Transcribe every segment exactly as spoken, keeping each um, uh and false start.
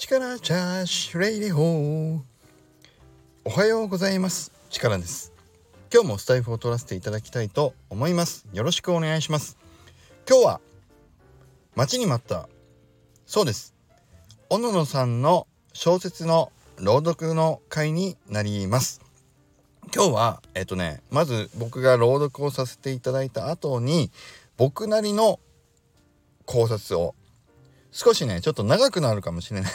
力チャーシュレイディホー。おはようございます。力です。今日もスタイフを取らせていただきたいと思います。よろしくお願いします。今日は待ちに待った、そうです、小野野さんの小説の朗読の回になります。今日はえっとねまず僕が朗読をさせていただいた後に僕なりの考察を少しねちょっと長くなるかもしれない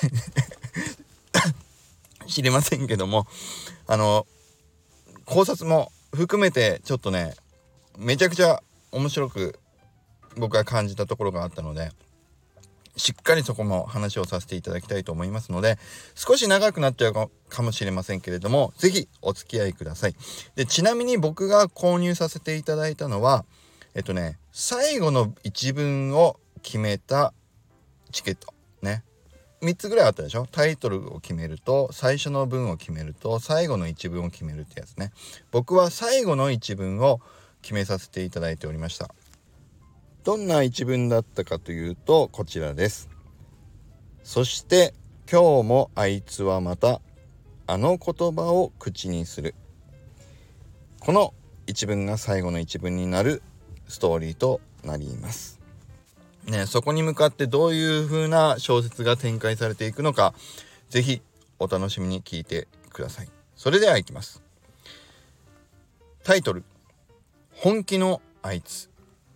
知りませんけども、あの考察も含めてちょっとねめちゃくちゃ面白く僕が感じたところがあったので、しっかりそこも話をさせていただきたいと思いますので、少し長くなっちゃうかもしれませんけれども、ぜひお付き合いください。でちなみに僕が購入させていただいたのはえっとね最後の一文を決めたチケットね。みっつぐらいあったでしょ。タイトルを決めると、最初の文を決めると、最後の一文を決めるってやつね。僕は最後の一文を決めさせていただいておりました。どんな一文だったかというとこちらです。そして今日もあいつはまたあの言葉を口にする。この一文が最後の一文になるストーリーとなりますね。そこに向かってどういう風な小説が展開されていくのか、ぜひお楽しみに聞いてください。それではいきます。タイトル、本気のあいつ。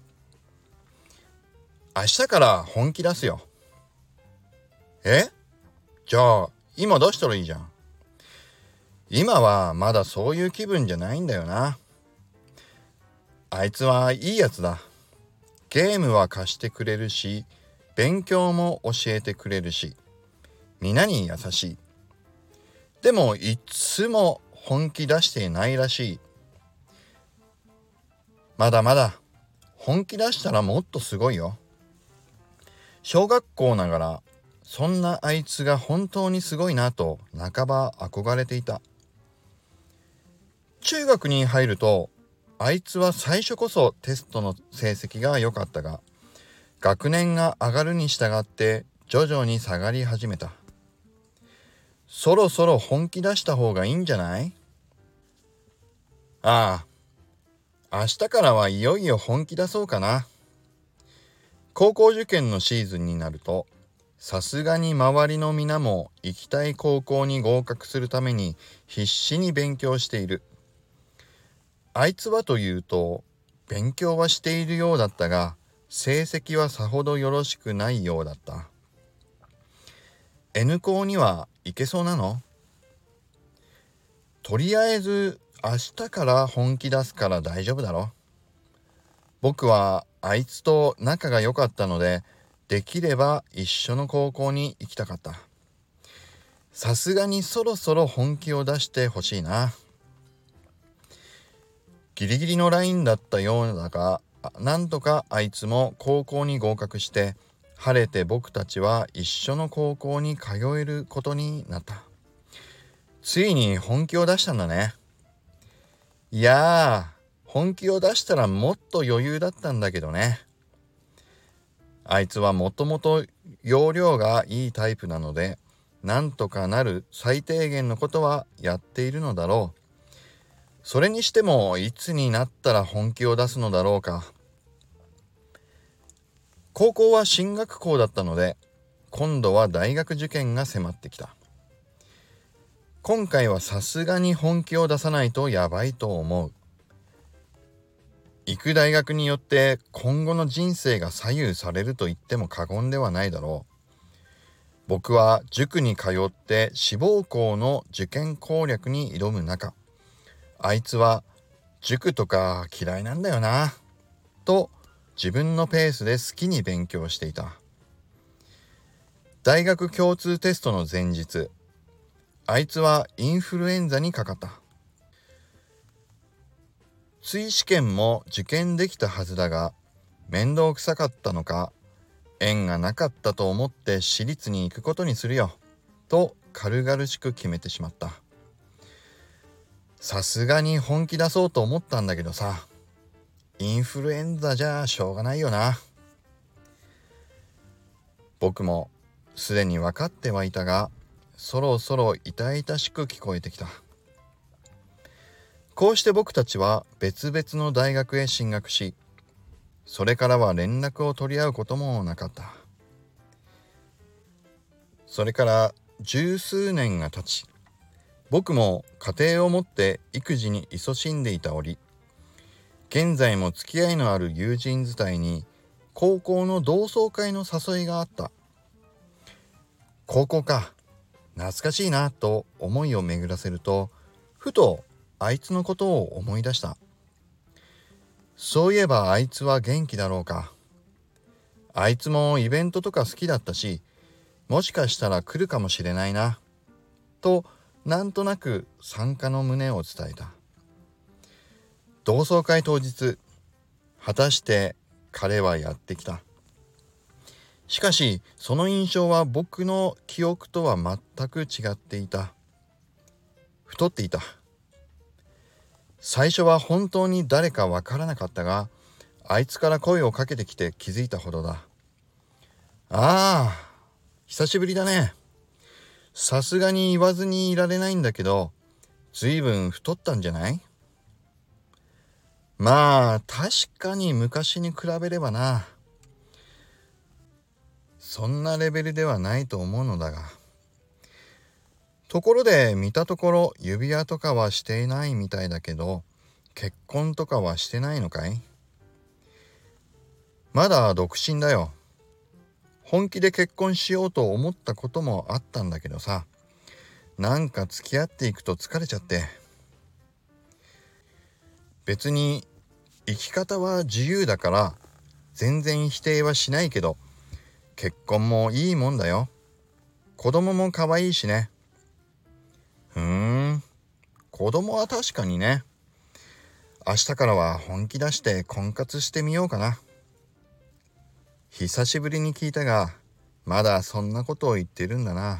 明日から本気出すよ。え？じゃあ今出したらいいじゃん。今はまだそういう気分じゃないんだよな。あいつはいいやつだ。ゲームは貸してくれるし、勉強も教えてくれるし、皆に優しい。でもいつも本気出していないらしい。まだまだ本気出したらもっとすごいよ。小学校ながらそんなあいつが本当にすごいなと半ば憧れていた。中学に入るとあいつは最初こそテストの成績が良かったが、学年が上がるに従って徐々に下がり始めた。そろそろ本気出した方がいいんじゃない？ああ、明日からはいよいよ本気出そうかな。高校受験のシーズンになると、さすがに周りの皆も行きたい高校に合格するために必死に勉強している。あいつはというと、勉強はしているようだったが、成績はさほどよろしくないようだった。N 校には行けそうなの？とりあえず明日から本気出すから大丈夫だろ。僕はあいつと仲が良かったので、できれば一緒の高校に行きたかった。さすがにそろそろ本気を出してほしいな。ギリギリのラインだったようだが、なんとかあいつも高校に合格して、晴れて僕たちは一緒の高校に通えることになった。ついに本気を出したんだね。いやー、本気を出したらもっと余裕だったんだけどね。あいつはもともと要領がいいタイプなので、なんとかなる最低限のことはやっているのだろう。それにしてもいつになったら本気を出すのだろうか。高校は進学校だったので、今度は大学受験が迫ってきた。今回はさすがに本気を出さないとやばいと思う。行く大学によって今後の人生が左右されると言っても過言ではないだろう。僕は塾に通って志望校の受験攻略に挑む中、あいつは塾とか嫌いなんだよなと自分のペースで好きに勉強していた。大学共通テストの前日、あいつはインフルエンザにかかった。追試験も受験できたはずだが、面倒くさかったのか、縁がなかったと思って私立に行くことにするよと軽々しく決めてしまった。さすがに本気出そうと思ったんだけどさ、インフルエンザじゃしょうがないよな。僕もすでに分かってはいたが、そろそろ痛々しく聞こえてきた。こうして僕たちは別々の大学へ進学し、それからは連絡を取り合うこともなかった。それから十数年が経ち、僕も家庭を持って育児に勤しんでいた折、現在も付き合いのある友人伝いに高校の同窓会の誘いがあった。高校か、懐かしいなと思いを巡らせると、ふとあいつのことを思い出した。そういえばあいつは元気だろうか。あいつもイベントとか好きだったし、もしかしたら来るかもしれないなと、なんとなく参加の旨を伝えた。同窓会当日、果たして彼はやってきた。しかしその印象は僕の記憶とは全く違っていた。太っていた。最初は本当に誰かわからなかったが、あいつから声をかけてきて気づいたほどだ。ああ、久しぶりだね。さすがに言わずにいられないんだけど、ずいぶん太ったんじゃない？まあ確かに昔に比べればな。そんなレベルではないと思うのだが。ところで見たところ指輪とかはしていないみたいだけど、結婚とかはしてないのかい？まだ独身だよ。本気で結婚しようと思ったこともあったんだけどさ、なんか付き合っていくと疲れちゃって。別に生き方は自由だから全然否定はしないけど、結婚もいいもんだよ。子供も可愛いしね。ふーん、子供は確かにね。明日からは本気出して婚活してみようかな。久しぶりに聞いたが、まだそんなことを言ってるんだな。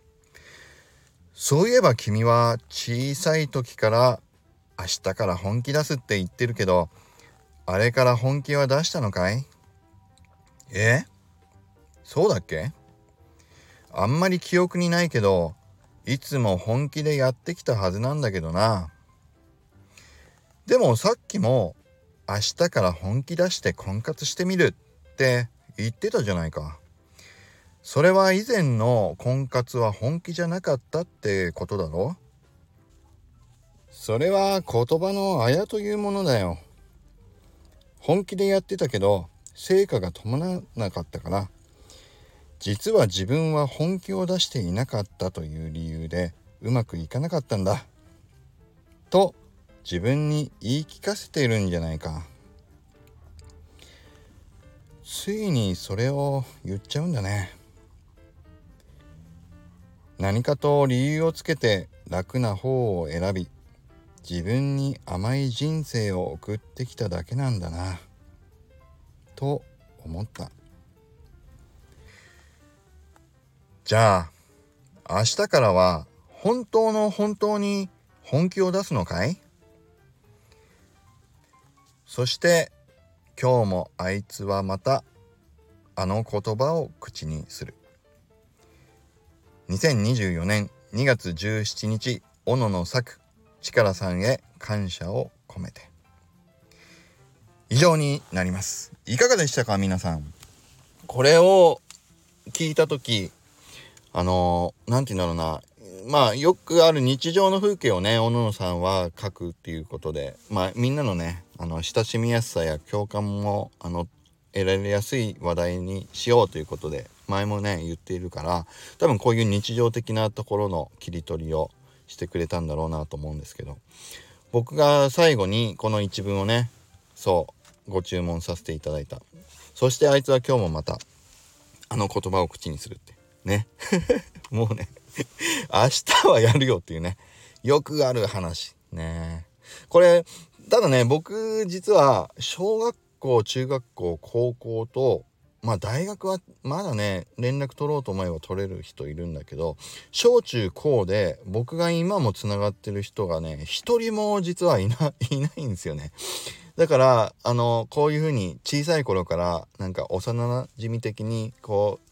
そういえば君は小さい時から明日から本気出すって言ってるけど、あれから本気は出したのかい？え？そうだっけ？あんまり記憶にないけど、いつも本気でやってきたはずなんだけどな。でもさっきも明日から本気出して婚活してみるって言ってたじゃないか。それは以前の婚活は本気じゃなかったってことだろ？それは言葉のあやというものだよ。本気でやってたけど成果が伴わなかったから、実は自分は本気を出していなかったという理由でうまくいかなかったんだと自分に言い聞かせているんじゃないか。ついにそれを言っちゃうんだね。何かと理由をつけて楽な方を選び、自分に甘い人生を送ってきただけなんだなと思った。じゃあ明日からは本当の本当に本気を出すのかい？そして今日もあいつはまたあの言葉を口にする。にせんにじゅうよねんにがつじゅうしちにち、小野の作チカラさんへ感謝を込めて。以上になります。いかがでしたか皆さん。これを聞いたとき、あのー、なんて言うんだろうな、まあよくある日常の風景をね、小野さんは書くっていうことで、まあみんなのね、あの親しみやすさや共感もあの得られやすい話題にしようということで前もね言っているから、多分こういう日常的なところの切り取りをしてくれたんだろうなと思うんですけど、僕が最後にこの一文をね、そうご注文させていただいた。そしてあいつは今日もまたあの言葉を口にするってねもうね明日はやるよっていうね、よくある話ね。これただね、僕実は小学校中学校高校とまあ大学はまだね連絡取ろうと思えば取れる人いるんだけど、小中高で僕が今もつながってる人がね一人も実はいないないんですよね。だからあのこういう風に小さい頃からなんか幼馴染的にこう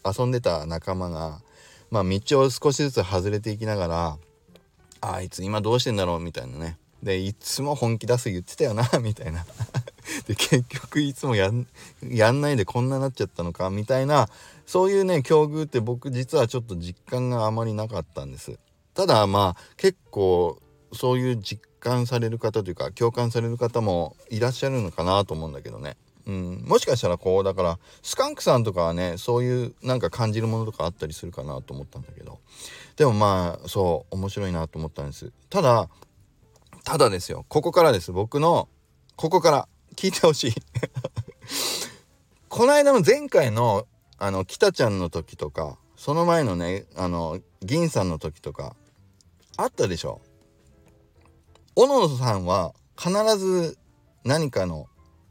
遊んでた仲間がまあ道を少しずつ外れていきながら、あいつ今どうしてんだろうみたいなね。でいつも本気出す言ってたよなみたいなで結局いつもやんやんないでこんななっちゃったのかみたいな、そういうね境遇って僕実はちょっと実感があまりなかったんです。ただまあ結構そういう実感される方というか共感される方もいらっしゃるのかなと思うんだけどね。うん、もしかしたらこうだからスカンクさんとかはねそういうなんか感じるものとかあったりするかなと思ったんだけど、でもまあそう面白いなと思ったんです。ただただですよ、ここからです。僕のここから聞いてほしいこの間の前回のあの北ちゃんの時とか、その前のねあの銀さんの時とかあったでしょ。小野さんは必ず何かの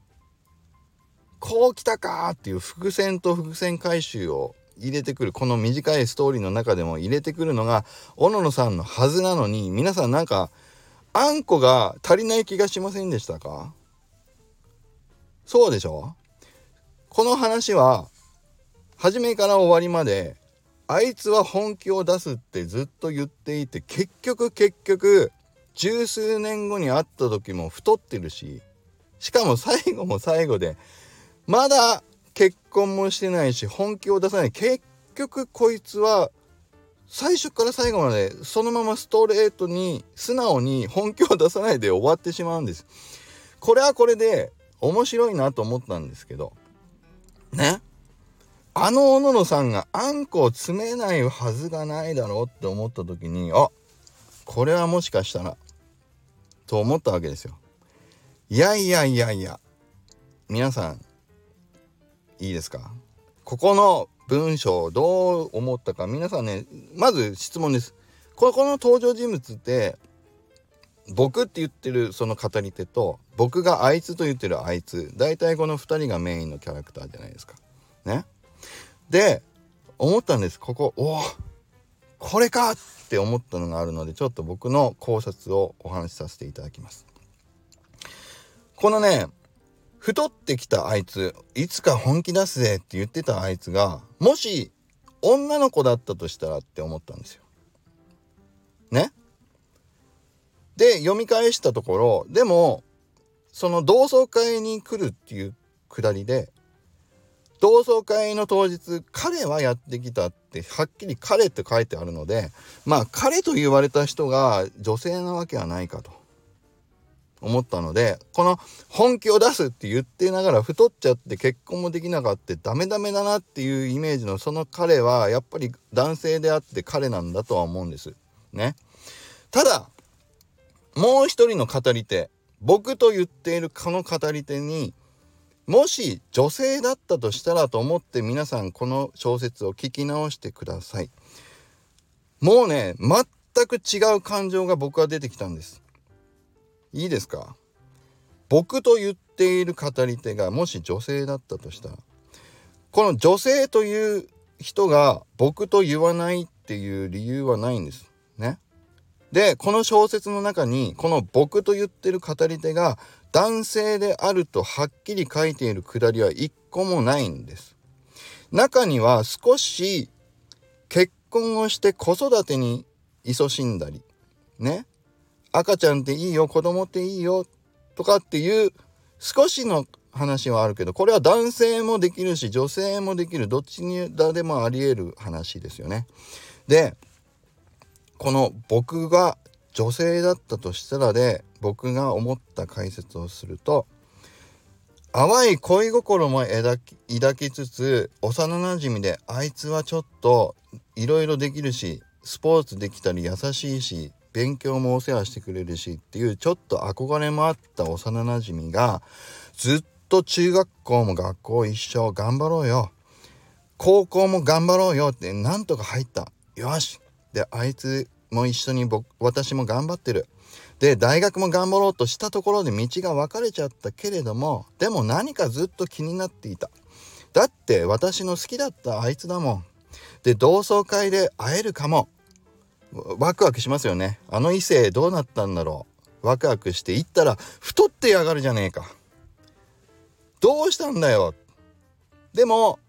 こう来たかっていう伏線と伏線回収を入れてくる、この短いストーリーの中でも入れてくるのが小野さんのはずなのに、皆さんなんかあんこが足りない気がしませんでしたか？そうでしょ。この話は初めから終わりまであいつは本気を出すってずっと言っていて、結局結局十数年後に会った時も太ってるし、しかも最後も最後でまだ結婚もしてないし本気を出さない。結局こいつは最初から最後までそのままストレートに素直に本気を出さないで終わってしまうんです。これはこれで面白いなと思ったんですけどね、あの小野さんがあんこを詰めないはずがないだろうって思った時に、あ、これはもしかしたらと思ったわけですよ。いやいやいやいや、皆さんいいですか、ここの文章どう思ったか。皆さんね、まず質問です。ここの登場人物って僕って言ってるその語り手と僕があいつと言ってるあいつ、大体このふたりがメインのキャラクターじゃないですかね。で思ったんです。ここおこれかって思ったのがあるので、ちょっと僕の考察をお話しさせていただきます。このね太ってきたあいつ、いつか本気出すぜって言ってたあいつがもし女の子だったとしたらって思ったんですよね。で読み返したところ、でもその同窓会に来るっていうくだりで、同窓会の当日彼はやってきたってはっきり彼って書いてあるので、まあ彼と言われた人が女性なわけはないかと思ったので、この本気を出すって言ってながら太っちゃって結婚もできなかったダメダメだなっていうイメージのその彼はやっぱり男性であって彼なんだとは思うんですね。ただもう一人の語り手、僕と言っているこの語り手にもし女性だったとしたらと思って、皆さんこの小説を聞き直してください。もうね全く違う感情が僕は出てきたんです。いいですか。僕と言っている語り手がもし女性だったとしたら、この女性という人が僕と言わないっていう理由はないんですね。でこの小説の中にこの僕と言ってる語り手が男性であるとはっきり書いているくだりは一個もないんです。中には少し結婚をして子育てに勤しんだりね、赤ちゃんっていいよ、子供っていいよとかっていう少しの話はあるけど、これは男性もできるし女性もできる、どっちにでもあり得る話ですよね。でこの僕が女性だったとしたらで僕が思った解説をすると、淡い恋心も抱き、抱きつつ幼なじみで、あいつはちょっといろいろできるしスポーツできたり優しいし勉強もお世話してくれるしっていうちょっと憧れもあった幼なじみが、ずっと中学校も学校一緒頑張ろうよ、高校も頑張ろうよってなんとか入った、よしであいつも一緒に僕私も頑張ってる、で大学も頑張ろうとしたところで道が分かれちゃったけれども、でも何かずっと気になっていた、だって私の好きだったあいつだもん、で同窓会で会えるかも、ワクワクしますよね。あの異性どうなったんだろう、ワクワクして行ったら太ってやがるじゃねえか、どうしたんだよ。でも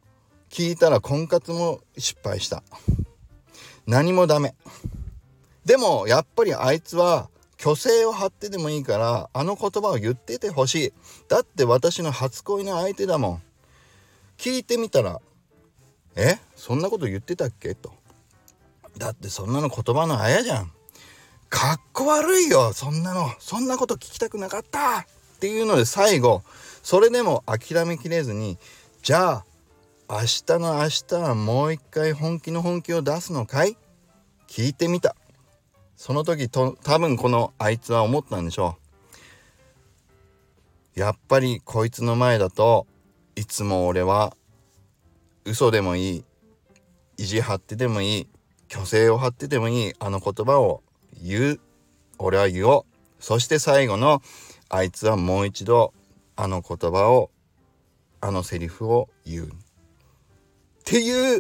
聞いたら婚活も失敗した。何もダメ。でもやっぱりあいつは虚勢を張ってでもいいからあの言葉を言っててほしい。だって私の初恋の相手だもん。聞いてみたら、えそんなこと言ってたっけと。だってそんなの言葉のあやじゃん。かっこ悪いよそんなの。そんなこと聞きたくなかったっていうので、最後それでも諦めきれずに、じゃあ明日の明日はもう一回本気の本気を出すのかい？聞いてみた。その時と多分このあいつは思ったんでしょう。やっぱりこいつの前だといつも俺は嘘でもいい、意地張ってでもいい、虚勢を張ってでもいい、あの言葉を言う。俺は言おう。そして最後のあいつはもう一度あの言葉を、あのセリフを言うっていう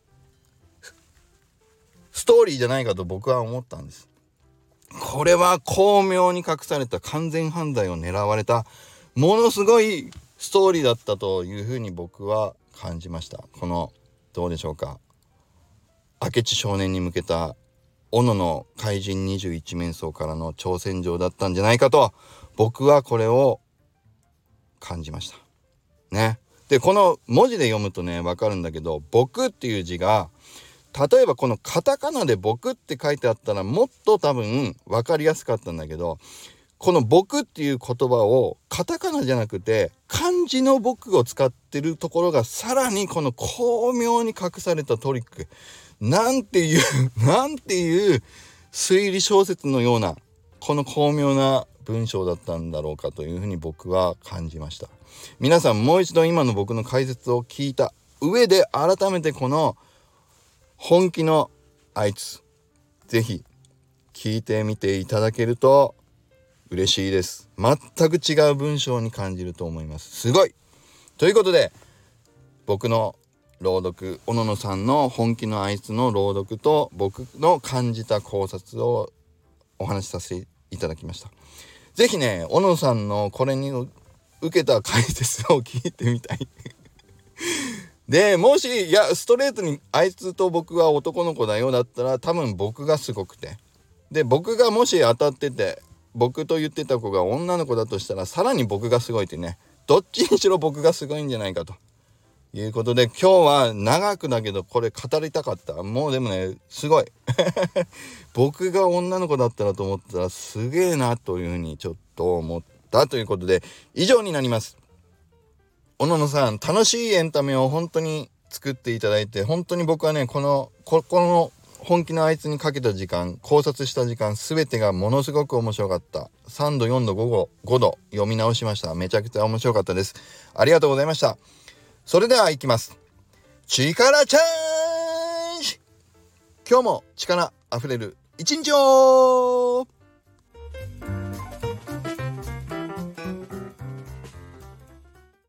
ストーリーじゃないかと僕は思ったんです。これは巧妙に隠された完全犯罪を狙われたものすごいストーリーだったというふうに僕は感じました。このどうでしょうか、明智少年に向けた斧の怪人にじゅういち面相からの挑戦状だったんじゃないかと僕はこれを感じましたね。でこの文字で読むとね分かるんだけど、僕っていう字が例えばこのカタカナで僕って書いてあったらもっと多分分かりやすかったんだけど、この僕っていう言葉をカタカナじゃなくて漢字の僕を使ってるところがさらにこの巧妙に隠されたトリック、なんていうなんていう推理小説のようなこの巧妙な文章だったんだろうかというふうに僕は感じました。皆さんもう一度今の僕の解説を聞いた上で改めてこの本気のあいつぜひ聞いてみていただけると嬉しいです。全く違う文章に感じると思います。すごいということで、僕の朗読、小野野さんの本気のあいつの朗読と僕の感じた考察をお話しさせていただきました。ぜひね、小野さんのこれに受けた解説を聞いてみたいで、もしいやストレートにあいつと僕は男の子だよだったら多分僕がすごくて、で僕がもし当たってて僕と言ってた子が女の子だとしたらさらに僕がすごいってね、どっちにしろ僕がすごいんじゃないかということで、今日は長くだけどこれ語りたかった。もうでもねすごい僕が女の子だったらと思ったらすげえなというふうにちょっと思ったということで以上になります。小野野さん、楽しいエンタメを本当に作っていただいて、本当に僕はねこのここの本気のあいつにかけた時間、考察した時間すべてがものすごく面白かった。さんどよんどごどごど読み直しました。めちゃくちゃ面白かったです。ありがとうございました。それでは行きます。力チャージ。今日も力あふれる一日を。